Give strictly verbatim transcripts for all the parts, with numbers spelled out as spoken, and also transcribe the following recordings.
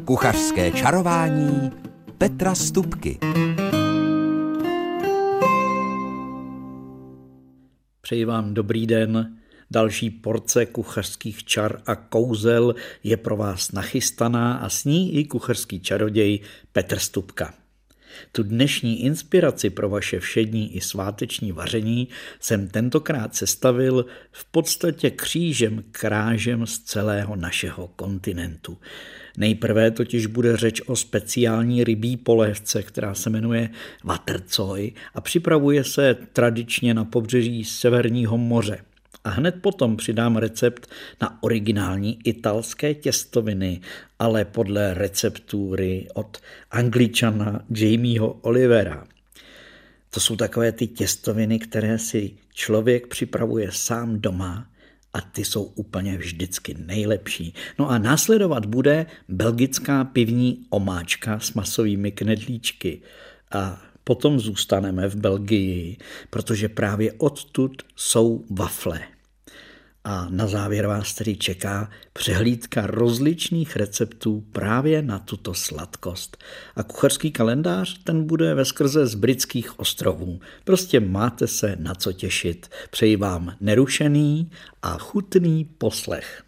Kuchařské čarování Petra Stupky. Přeji vám dobrý den. Další porce kuchařských čar a kouzel je pro vás nachystaná a s ní i kuchařský čaroděj Petr Stupka. Tu dnešní inspiraci pro vaše všední i sváteční vaření jsem tentokrát sestavil v podstatě křížem krážem z celého našeho kontinentu. Nejprve totiž bude řeč o speciální rybí polévce, která se jmenuje watercoy a připravuje se tradičně na pobřeží Severního moře. A hned potom přidám recept na originální italské těstoviny, ale podle receptury od Angličana Jamieho Olivera. To jsou takové ty těstoviny, které si člověk připravuje sám doma a ty jsou úplně vždycky nejlepší. No a následovat bude belgická pivní omáčka s masovými knedlíčky a potom zůstaneme v Belgii, protože právě odtud jsou wafle. A na závěr vás tedy čeká přehlídka rozličných receptů právě na tuto sladkost. A kuchařský kalendář ten bude veskrze z Britských ostrovů. Prostě máte se na co těšit. Přeji vám nerušený a chutný poslech.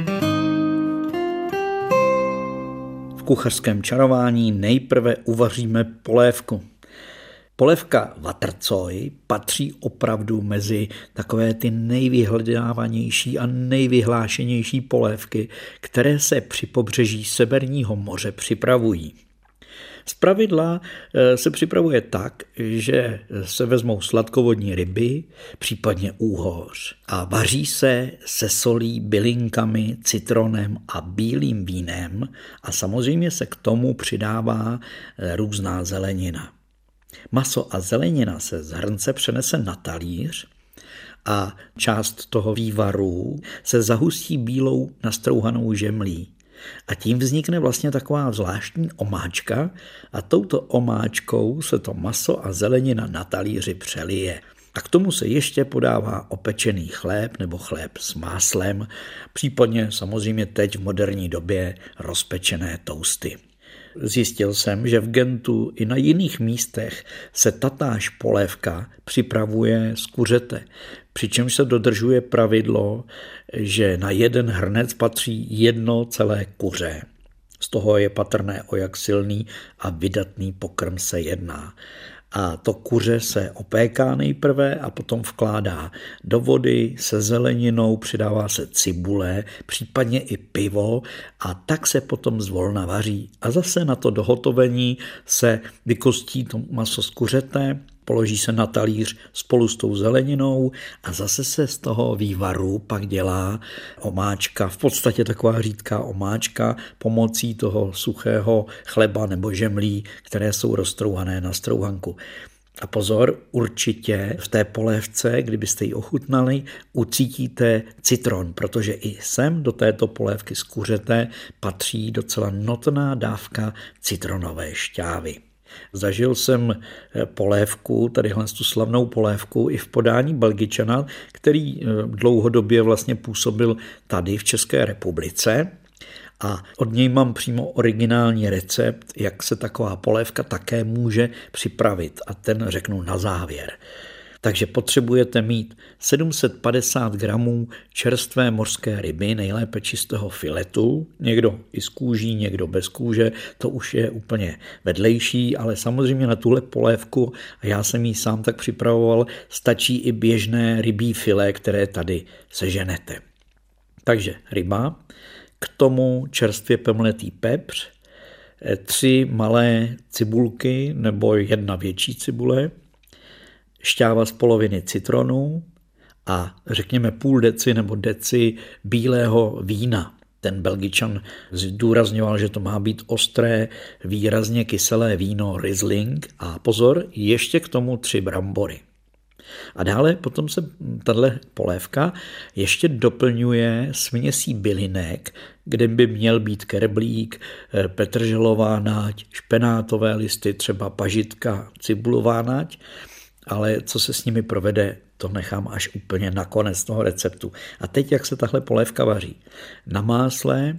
V kuchařském čarování nejprve uvaříme polévku. Polévka watercoy patří opravdu mezi takové ty nejvyhledávanější a nejvyhlášenější polévky, které se při pobřeží Severního moře připravují. Zpravidla se připravuje tak, že se vezmou sladkovodní ryby, případně úhoř a vaří se se solí, bylinkami, citronem a bílým vínem a samozřejmě se k tomu přidává různá zelenina. Maso a zelenina se z hrnce přenese na talíř a část toho vývaru se zahustí bílou nastrouhanou žemlí. A tím vznikne vlastně taková zvláštní omáčka a touto omáčkou se to maso a zelenina na talíři přelije. A k tomu se ještě podává opečený chléb nebo chléb s máslem, případně samozřejmě teď v moderní době rozpečené toasty. Zjistil jsem, že v Gentu i na jiných místech se tatáž polévka připravuje z kuřete, přičemž se dodržuje pravidlo, že na jeden hrnec patří jedno celé kuře. Z toho je patrné, o jak silný a vydatný pokrm se jedná. A to kuře se opéká nejprve a potom vkládá do vody se zeleninou, přidává se cibule, případně i pivo a tak se potom zvolna vaří. A zase na to dohotovení se vykostí to maso z kuřete, položí se na talíř spolu s tou zeleninou a zase se z toho vývaru pak dělá omáčka, v podstatě taková řídká omáčka pomocí toho suchého chleba nebo žemlí, které jsou roztrouhané na strouhanku. A pozor, určitě v té polévce, kdybyste ji ochutnali, ucítíte citron, protože i sem do této polévky z kuřete patří docela notná dávka citronové šťávy. Zažil jsem polévku, tadyhle tu slavnou polévku i v podání Belgičana, který dlouhodobě vlastně působil tady v České republice a od něj mám přímo originální recept, jak se taková polévka také může připravit a ten řeknu na závěr. Takže potřebujete mít sedm set padesát gramů čerstvé mořské ryby, nejlépe čistého filetu, někdo i s kůží, někdo bez kůže, to už je úplně vedlejší, ale samozřejmě na tuhle polévku, a já jsem ji sám tak připravoval, stačí i běžné rybí filé, které tady seženete. Takže ryba, k tomu čerstvě pomletý pepř, tři malé cibulky nebo jedna větší cibule, šťáva z poloviny citronu a řekněme půl deci nebo deci bílého vína. Ten Belgičan zdůrazňoval, že to má být ostré, výrazně kyselé víno Riesling a pozor, ještě k tomu tři brambory. A dále potom se tato polévka ještě doplňuje směsí bylinek, kde by měl být kerblík, petrželová náť, špenátové listy, třeba pažitka, cibulová náť, ale co se s nimi provede, to nechám až úplně na konec toho receptu. A teď, jak se tahle polévka vaří. Na másle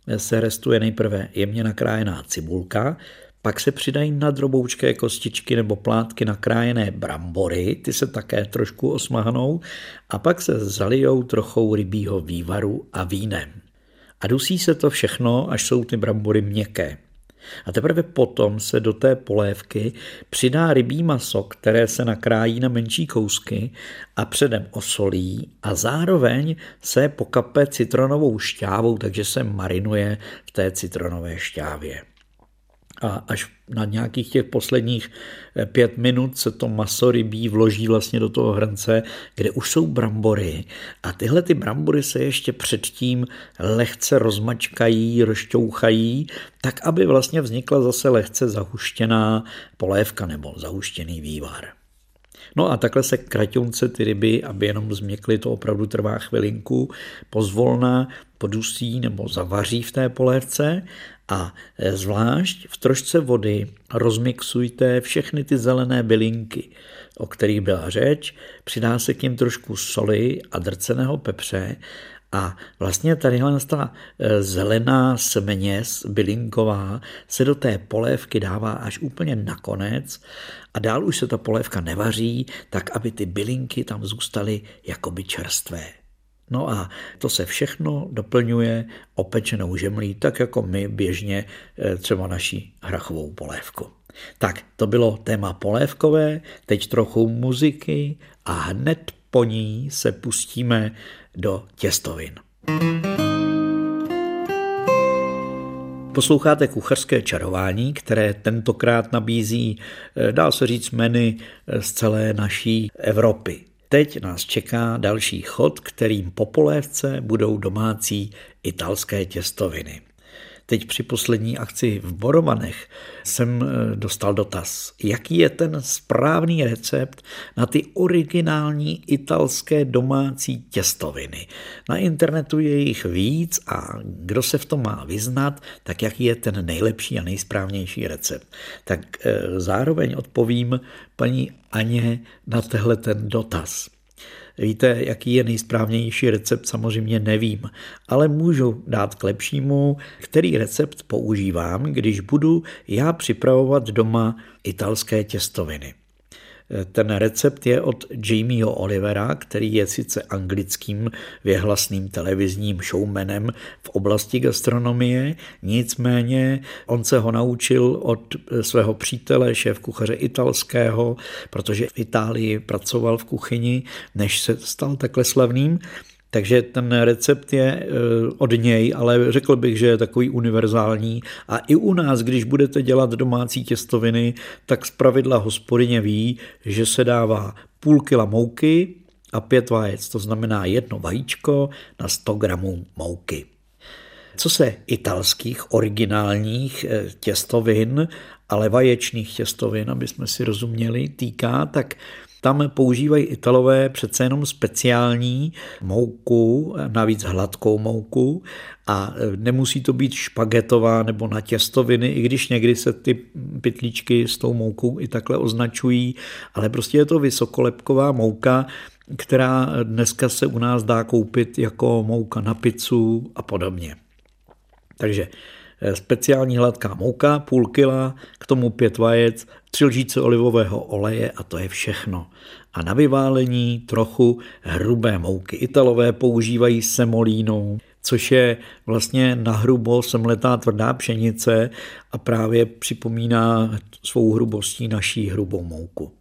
se restuje nejprve jemně nakrájená cibulka, pak se přidají na droboučké kostičky nebo plátky nakrájené brambory, ty se také trošku osmahnou a pak se zalijou trochou rybího vývaru a vínem. A dusí se to všechno, až jsou ty brambory měkké. A teprve potom se do té polévky přidá rybí maso, které se nakrájí na menší kousky a předem osolí a zároveň se pokape citronovou šťávou, takže se marinuje v té citronové šťávě. A až na nějakých těch posledních pět minut se to maso rybí vloží vlastně do toho hrnce, kde už jsou brambory. A tyhle ty brambory se ještě předtím lehce rozmačkají, rozšťouchají, tak aby vlastně vznikla zase lehce zahuštěná polévka nebo zahuštěný vývar. No a takhle se kraťounce ty ryby, aby jenom změkly, to opravdu trvá chvilinku, pozvolna podusí nebo zavaří v té polévce a zvlášť v trošce vody rozmixujte všechny ty zelené bylinky, o kterých byla řeč, přidá se k nim trošku soli a drceného pepře a vlastně tadyhle ta zelená směs bylinková se do té polévky dává až úplně nakonec a dál už se ta polévka nevaří, tak aby ty bylinky tam zůstaly jakoby čerstvé. No a to se všechno doplňuje opečenou žemlí, tak jako my běžně třeba naší hrachovou polévku. Tak, to bylo téma polévkové, teď trochu muziky a hned po ní se pustíme do těstovin. Posloucháte Kuchařské čarování, které tentokrát nabízí, dá se říct, menu z celé naší Evropy. Teď nás čeká další chod, kterým po polévce budou domácí italské těstoviny. Teď při poslední akci v Borovanech jsem dostal dotaz, jaký je ten správný recept na ty originální italské domácí těstoviny. Na internetu je jich víc a kdo se v tom má vyznat, tak jaký je ten nejlepší a nejsprávnější recept. Tak zároveň odpovím paní Aně na tehle ten dotaz. Víte, jaký je nejsprávnější recept, samozřejmě nevím, ale můžu dát k lepšímu, který recept používám, když budu já připravovat doma italské těstoviny. Ten recept je od Jamieho Olivera, který je sice anglickým věhlasným televizním showmanem v oblasti gastronomie, nicméně on se ho naučil od svého přítele, šéfkuchaře italského, protože v Itálii pracoval v kuchyni, než se stal takhle slavným. Takže ten recept je od něj, ale řekl bych, že je takový univerzální a i u nás, když budete dělat domácí těstoviny, tak zpravidla hospodyně ví, že se dává půl kila mouky a pět vajec, to znamená jedno vajíčko na sto gramů mouky. Co se italských originálních těstovin, ale vaječných těstovin, aby jsme si rozuměli, týká, tak tam používají Italové přece jenom speciální mouku, navíc hladkou mouku a nemusí to být špagetová nebo na těstoviny, i když někdy se ty pytlíčky s tou moukou i takhle označují, ale prostě je to vysokolepková mouka, která dneska se u nás dá koupit jako mouka na pizzu a podobně. Takže speciální hladká mouka, půl kila, k tomu pět vajec, tři lžíce olivového oleje a to je všechno. A na vyválení trochu hrubé mouky. Italové používají semolínu, což je vlastně nahrubo semletá tvrdá pšenice a právě připomíná svou hrubostí naší hrubou mouku.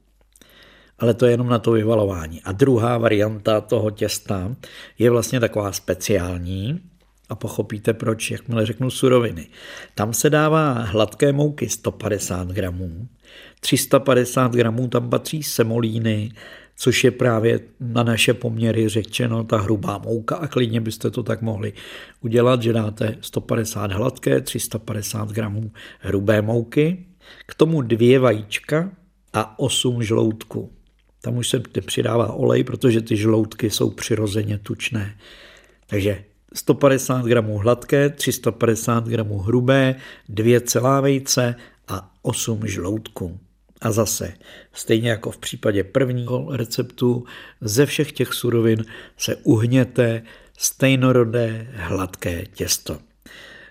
Ale to je jenom na to vyvalování. A druhá varianta toho těsta je vlastně taková speciální, a pochopíte proč, jakmile řeknu suroviny. Tam se dává hladké mouky sto padesát gramů, tři sta padesát gramů tam patří semolíny, což je právě na naše poměry řečeno ta hrubá mouka a klidně byste to tak mohli udělat, že dáte sto padesát hladké, tři sta padesát gramů hrubé mouky, k tomu dvě vajíčka a osm žloutků. Tam už se přidává olej, protože ty žloutky jsou přirozeně tučné. Takže sto padesát gramů hladké, tři sta padesát gramů hrubé, dvě celá vejce a osm žloutků. A zase, stejně jako v případě prvního receptu, ze všech těch surovin se uhněte stejnorodé hladké těsto.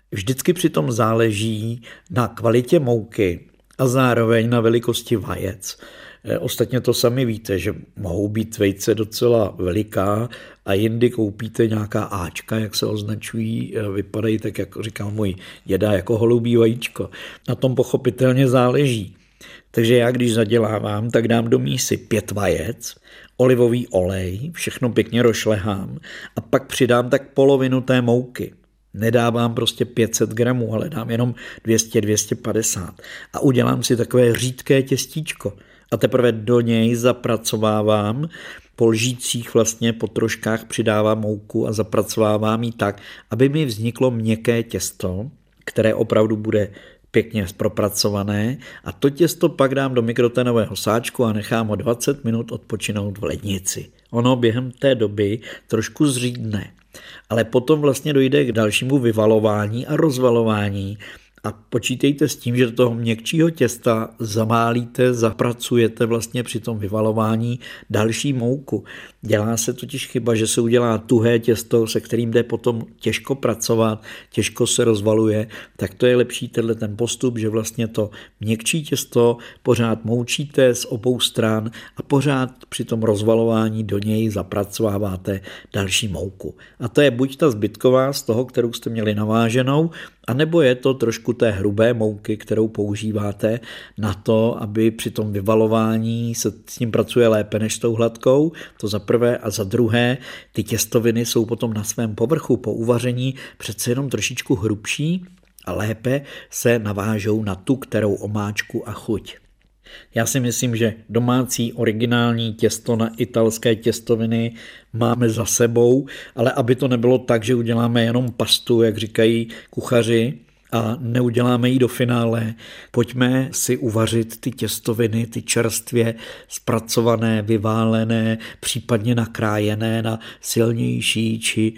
Vždycky přitom záleží na kvalitě mouky a zároveň na velikosti vajec. Ostatně to sami víte, že mohou být vejce docela veliká a jindy koupíte nějaká áčka, jak se označují, vypadají tak, jak říkal můj děda, jako holubí vajíčko. Na tom pochopitelně záleží. Takže já, když zadělávám, tak dám do mísy pět vajec, olivový olej, všechno pěkně rošlehám a pak přidám tak polovinu té mouky. Nedávám prostě pět set gramů, ale dám jenom dvě stě až dvě stě padesát a udělám si takové řídké těstíčko. A teprve do něj zapracovávám, po lžících vlastně po troškách přidávám mouku a zapracovávám ji tak, aby mi vzniklo měkké těsto, které opravdu bude pěkně propracované a to těsto pak dám do mikroténového sáčku a nechám ho dvacet minut odpočinout v lednici. Ono během té doby trošku zřídne, ale potom vlastně dojde k dalšímu vyvalování a rozvalování. A počítejte s tím, že do toho měkčího těsta zamálíte, zapracujete vlastně při tom vyvalování další mouku. Dělá se totiž chyba, že se udělá tuhé těsto, se kterým jde potom těžko pracovat, těžko se rozvaluje, tak to je lepší tenhle ten postup, že vlastně to měkčí těsto pořád moučíte z obou stran a pořád při tom rozvalování do něj zapracováváte další mouku. A to je buď ta zbytková z toho, kterou jste měli naváženou, a nebo je to trošku té hrubé mouky, kterou používáte na to, aby při tom vyvalování se s tím pracuje lépe než s tou hladkou, to za prvé, a za druhé, ty těstoviny jsou potom na svém povrchu po uvaření přece jenom trošičku hrubší a lépe se navážou na tu kterou omáčku a chuť. Já si myslím, že domácí originální těsto na italské těstoviny máme za sebou, ale aby to nebylo tak, že uděláme jenom pastu, jak říkají kuchaři, a neuděláme ji do finále. Pojďme si uvařit ty těstoviny, ty čerstvě zpracované, vyválené, případně nakrájené na silnější či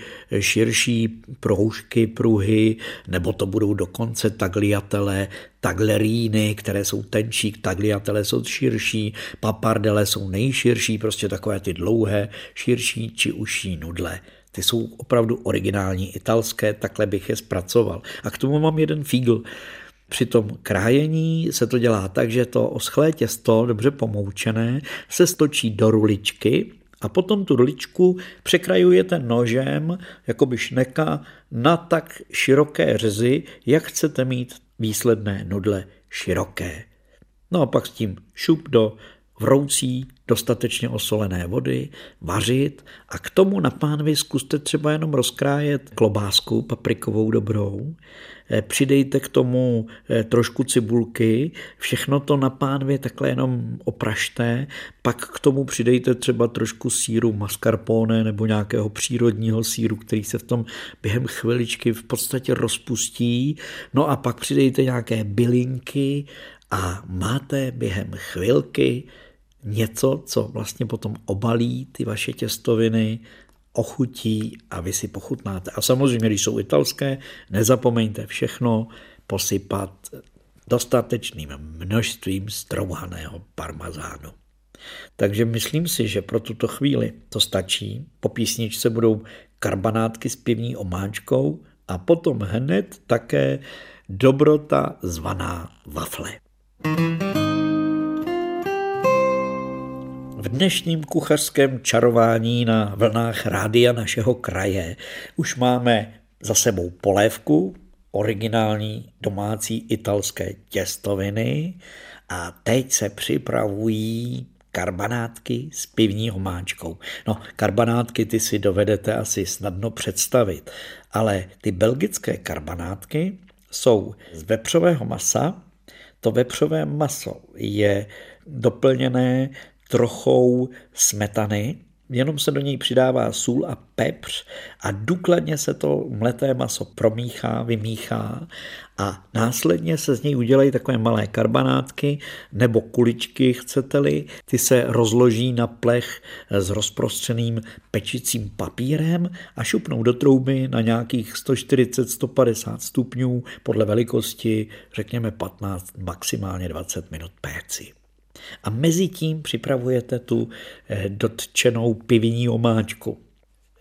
širší proužky, pruhy, nebo to budou dokonce tagliatelle, tagleríny, které jsou tenčí, tagliatelle jsou širší, papardele jsou nejširší, prostě takové ty dlouhé, širší či užší nudle. Ty jsou opravdu originální italské, takhle bych je zpracoval. A k tomu mám jeden fígl. Při tom krájení se to dělá tak, že to oschlé těsto, dobře pomoučené, se stočí do ruličky a potom tu ruličku překrajujete nožem, jakoby šneka, na tak široké řezy, jak chcete mít výsledné nudle široké. No a pak s tím šup do vroucí, dostatečně osolené vody, vařit a k tomu na pánvi zkuste třeba jenom rozkrájet klobásku paprikovou dobrou, přidejte k tomu trošku cibulky, všechno to na pánvi takhle jenom opražte, pak k tomu přidejte třeba trošku sýru mascarpone nebo nějakého přírodního sýru, který se v tom během chviličky v podstatě rozpustí, no a pak přidejte nějaké bylinky a máte během chvilky něco, co vlastně potom obalí ty vaše těstoviny, ochutí a vy si pochutnáte. A samozřejmě, když jsou italské, nezapomeňte všechno posypat dostatečným množstvím strouhaného parmazánu. Takže myslím si, že pro tuto chvíli to stačí. Po písničce budou karbanátky s pivní omáčkou a potom hned také dobrota zvaná wafle. V dnešním kuchařském čarování na vlnách rádia našeho kraje už máme za sebou polévku, originální domácí italské těstoviny a teď se připravují karbanátky s pivní omáčkou. No, karbanátky ty si dovedete asi snadno představit, ale ty belgické karbanátky jsou z vepřového masa. To vepřové maso je doplněné trochou smetany, jenom se do něj přidává sůl a pepř a důkladně se to mleté maso promíchá, vymíchá a následně se z něj udělají takové malé karbanátky nebo kuličky, chcete-li. Ty se rozloží na plech s rozprostřeným pečicím papírem a šupnou do trouby na nějakých sto čtyřicet až sto padesát stupňů podle velikosti, řekněme patnáct, maximálně dvacet minut péci. A mezi tím připravujete tu dotčenou pivní omáčku.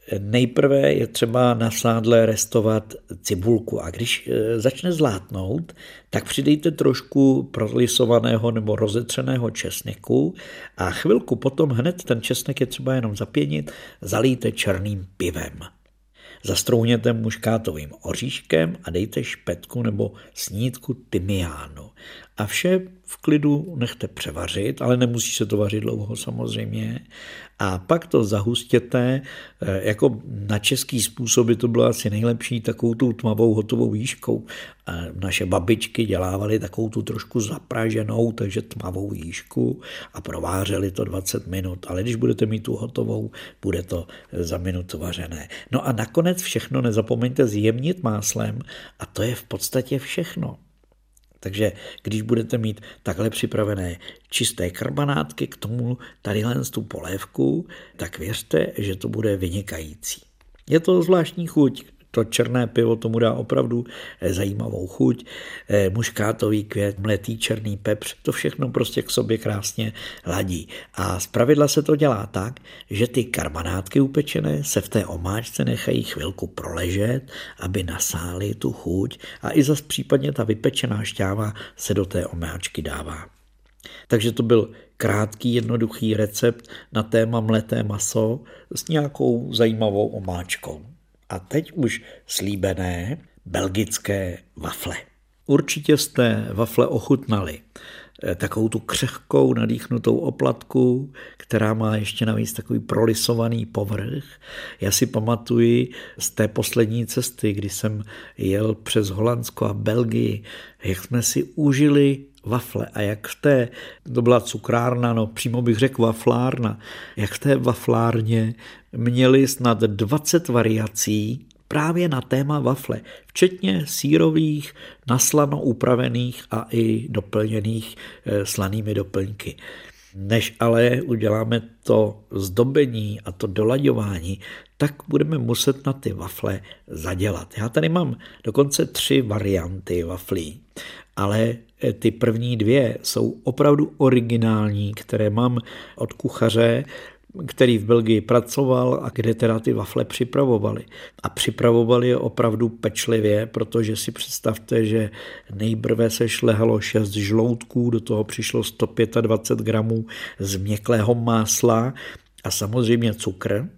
Nejprve je třeba na sádle restovat cibulku a když začne zlátnout, tak přidejte trošku prolisovaného nebo rozetřeného česneku a chvilku potom hned ten česnek je třeba jenom zapěnit, zalijte černým pivem. Zastrouhněte muškátovým oříškem a dejte špetku nebo snídku tymiánu. A vše v klidu nechte převařit, ale nemusí se to vařit dlouho samozřejmě. A pak to zahustěte, jako na český způsob to bylo asi nejlepší, takovou tu tmavou hotovou jížkou. A naše babičky dělávaly takovou tu trošku zapraženou, takže tmavou jížku a provářeli to dvacet minut. Ale když budete mít tu hotovou, bude to za minutu vařené. No a nakonec všechno nezapomeňte zjemnit máslem a to je v podstatě všechno. Takže když budete mít takhle připravené čisté karbanátky k tomu tadyhle tu polévku, tak věřte, že to bude vynikající. Je to zvláštní chuť. To černé pivo tomu dá opravdu zajímavou chuť, muškátový květ, mletý černý pepř, to všechno prostě k sobě krásně ladí. A zpravidla se to dělá tak, že ty karbanátky upečené se v té omáčce nechají chvilku proležet, aby nasály tu chuť a i zas případně ta vypečená šťáva se do té omáčky dává. Takže to byl krátký, jednoduchý recept na téma mleté maso s nějakou zajímavou omáčkou. A teď už slíbené belgické wafle. Určitě jste wafle ochutnali. Takovou tu křehkou nadýchnutou oplatku, která má ještě navíc takový prolisovaný povrch. Já si pamatuji z té poslední cesty, kdy jsem jel přes Holandsko a Belgii, jak jsme si užili wafle a jak v té, to byla cukrárna, no přímo bych řekl waflárna, jak v té waflárně měli snad dvacet variací právě na téma wafle, včetně sýrových, naslano upravených a i doplněných slanými doplňky. Než ale uděláme to zdobení a to dolaďování, tak budeme muset na ty wafle zadělat. Já tady mám dokonce tři varianty waflí, ale ty první dvě jsou opravdu originální, které mám od kuchaře, který v Belgii pracoval a kde teda ty wafle připravovali. A připravovali je opravdu pečlivě, protože si představte, že nejprve se šlehalo šest žloutků, do toho přišlo sto dvacet pět gramů změklého másla a samozřejmě cukr.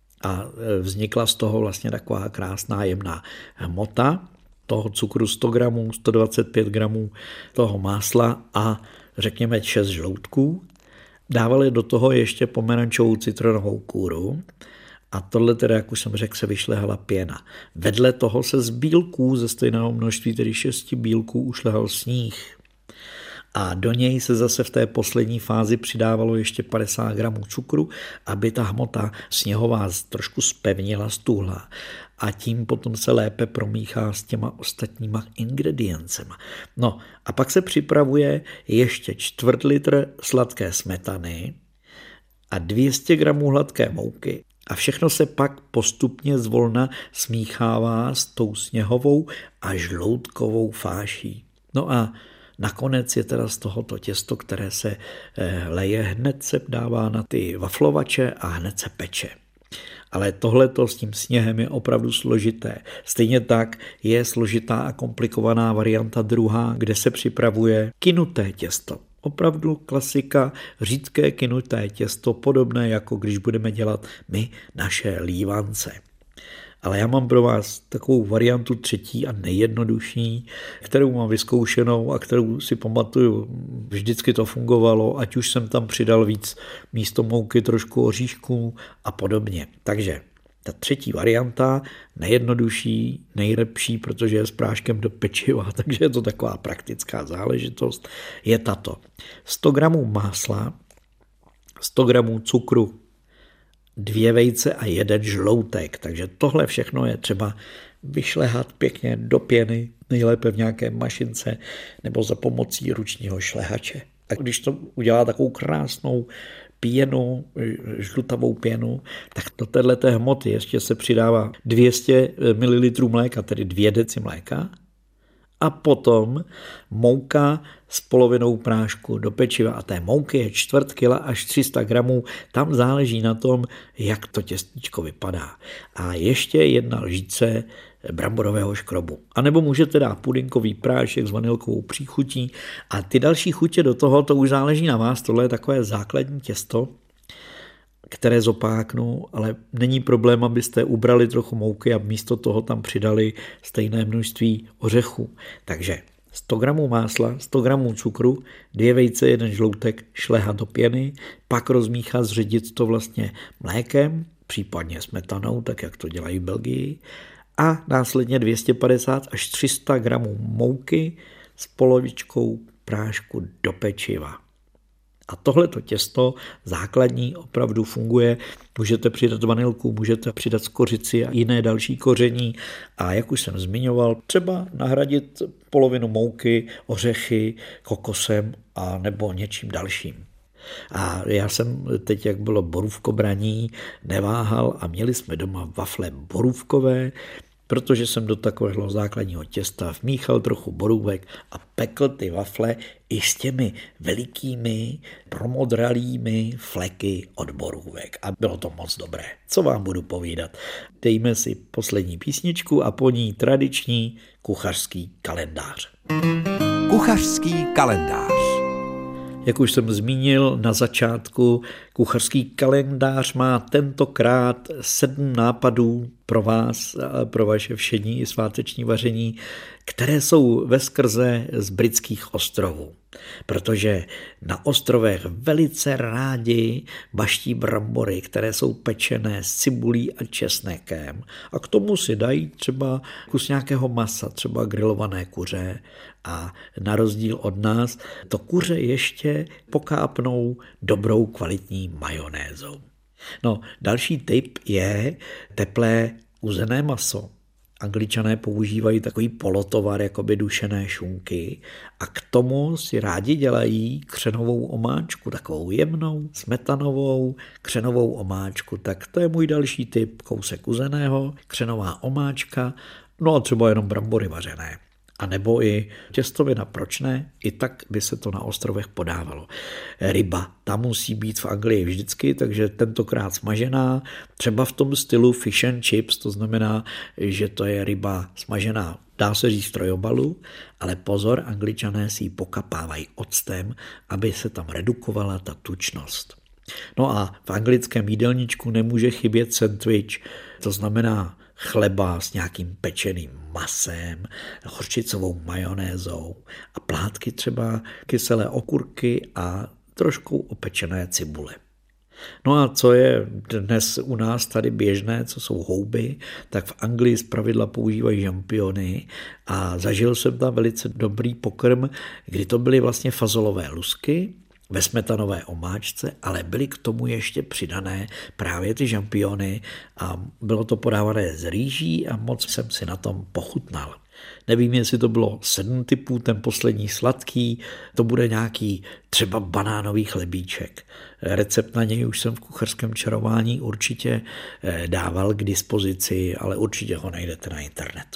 A vznikla z toho vlastně taková krásná jemná hmota. Toho cukru sto gramů, sto dvacet pět gramů toho másla a řekněme šest žloutků. Dávali do toho ještě pomerančovou citronovou kůru a tohle teda, jak už jsem řekl, se vyšlehala pěna. Vedle toho se z bílků ze stejného množství, tedy šesti bílků, ušlehal sníh. A do něj se zase v té poslední fázi přidávalo ještě padesát gramů cukru, aby ta hmota sněhová trošku zpevnila, stuhla. A tím potom se lépe promíchá s těma ostatníma ingrediencema. No a pak se připravuje ještě čtvrt litr sladké smetany a dvě stě gramů hladké mouky. A všechno se pak postupně zvolna smíchává s tou sněhovou a žloutkovou fáší. No a nakonec je teda z tohoto těsto, které se leje, hned se dává na ty waflovače a hned se peče. Ale tohleto s tím sněhem je opravdu složité. Stejně tak je složitá a komplikovaná varianta druhá, kde se připravuje kynuté těsto. Opravdu klasika, řídké kynuté těsto, podobné jako když budeme dělat my naše lívance. Ale já mám pro vás takovou variantu třetí a nejjednodušší, kterou mám vyzkoušenou a kterou si pamatuju, vždycky to fungovalo, ať už jsem tam přidal víc místo mouky trošku oříšků a podobně. Takže ta třetí varianta, nejjednodušší, nejlepší, protože je s práškem do pečiva, takže je to taková praktická záležitost, je tato. sto gramů másla, sto gramů cukru, dvě vejce a jeden žloutek. Takže tohle všechno je třeba vyšlehat pěkně do pěny, nejlépe v nějaké mašince nebo za pomocí ručního šlehače. A když to udělá takovou krásnou pěnu, žlutavou pěnu, tak do téhleté hmoty ještě se přidává dvě stě mililitrů mléka, tedy dvě deci mléka A potom mouka s polovinou prášku do pečiva a té mouky je čtvrt kila až tři sta gramů, tam záleží na tom, jak to těstíčko vypadá. A ještě jedna lžíce bramborového škrobu. A nebo můžete dát pudinkový prášek s vanilkovou příchutí a ty další chutě do toho, to už záleží na vás, tohle je takové základní těsto, které zopáknu, ale není problém, abyste ubrali trochu mouky a místo toho tam přidali stejné množství ořechů. Takže sto gramů másla, sto gramů cukru, dvě vejce, jeden žloutek, šlehat do pěny, pak rozmíchat, zředit to vlastně mlékem, případně smetanou, tak jak to dělají v Belgii, a následně dvě stě padesát až tři sta gramů mouky s polovičkou prášku do pečiva. A tohleto těsto základní opravdu funguje. Můžete přidat vanilku, můžete přidat skořici a jiné další koření. A jak už jsem zmiňoval, třeba nahradit polovinu mouky, ořechy, kokosem a nebo něčím dalším. A já jsem teď, jak bylo borůvkobraní, neváhal a měli jsme doma wafle borůvkové, protože jsem do takového základního těsta vmíchal trochu borůvek a pekl ty wafle i s těmi velikými promodralými fleky od borůvek. A bylo to moc dobré. Co vám budu povídat? Dejme si poslední písničku a po ní tradiční kuchařský kalendář. Kuchařský kalendář. Jak už jsem zmínil na začátku, kuchařský kalendář má tentokrát sedm nápadů pro vás, pro vaše všední i sváteční vaření, které jsou veskrze z britských ostrovů. Protože na ostrovech velice rádi baští brambory, které jsou pečené s cibulí a česnekem. A k tomu si dají třeba kus nějakého masa, třeba grilované kuře. A na rozdíl od nás to kuře ještě pokápnou dobrou kvalitní majonézou. No, další tip je teplé uzené maso. Angličané používají takový polotovar, jakoby dušené šunky, a k tomu si rádi dělají křenovou omáčku, takovou jemnou, smetanovou křenovou omáčku. Tak to je můj další tip, kousek uzeného, křenová omáčka, no a třeba jenom brambory vařené. A nebo i těstovina, proč ne? I tak by se to na ostrovech podávalo. Ryba, ta musí být v Anglii vždycky, takže tentokrát smažená, třeba v tom stylu fish and chips, to znamená, že to je ryba smažená, dá se říct v trojobalu, ale pozor, Angličané si ji pokapávají octem, aby se tam redukovala ta tučnost. No a v anglickém jídelníčku nemůže chybět sandwich, to znamená chleba s nějakým pečeným masem, hořčicovou majonézou a plátky třeba kyselé okurky a trošku opečené cibule. No a co je dnes u nás tady běžné, co jsou houby, tak v Anglii zpravidla používají žampiony a zažil jsem tam velice dobrý pokrm, kdy to byly vlastně fazolové lusky ve smetanové omáčce, ale byly k tomu ještě přidané právě ty žampiony a bylo to podávané z rýží a moc jsem si na tom pochutnal. Nevím, jestli to bylo sedm typů, ten poslední sladký, to bude nějaký třeba banánový chlebíček. Recept na něj už jsem v kuchařském čarování určitě dával k dispozici, ale určitě ho najdete na internetu.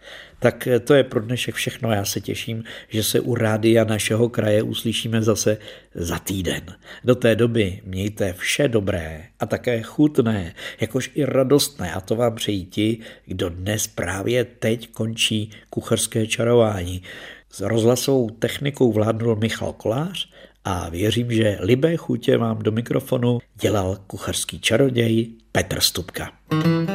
Tak to je pro dnešek všechno. Já se těším, že se u rádia našeho kraje uslyšíme zase za týden. Do té doby mějte vše dobré a také chutné, jakož i radostné. A to vám přejí ti, kdo dnes právě teď končí kuchařské čarování. S rozhlasovou technikou vládnul Michal Kolář a věřím, že libé chutě vám do mikrofonu dělal kuchařský čaroděj Petr Stupka.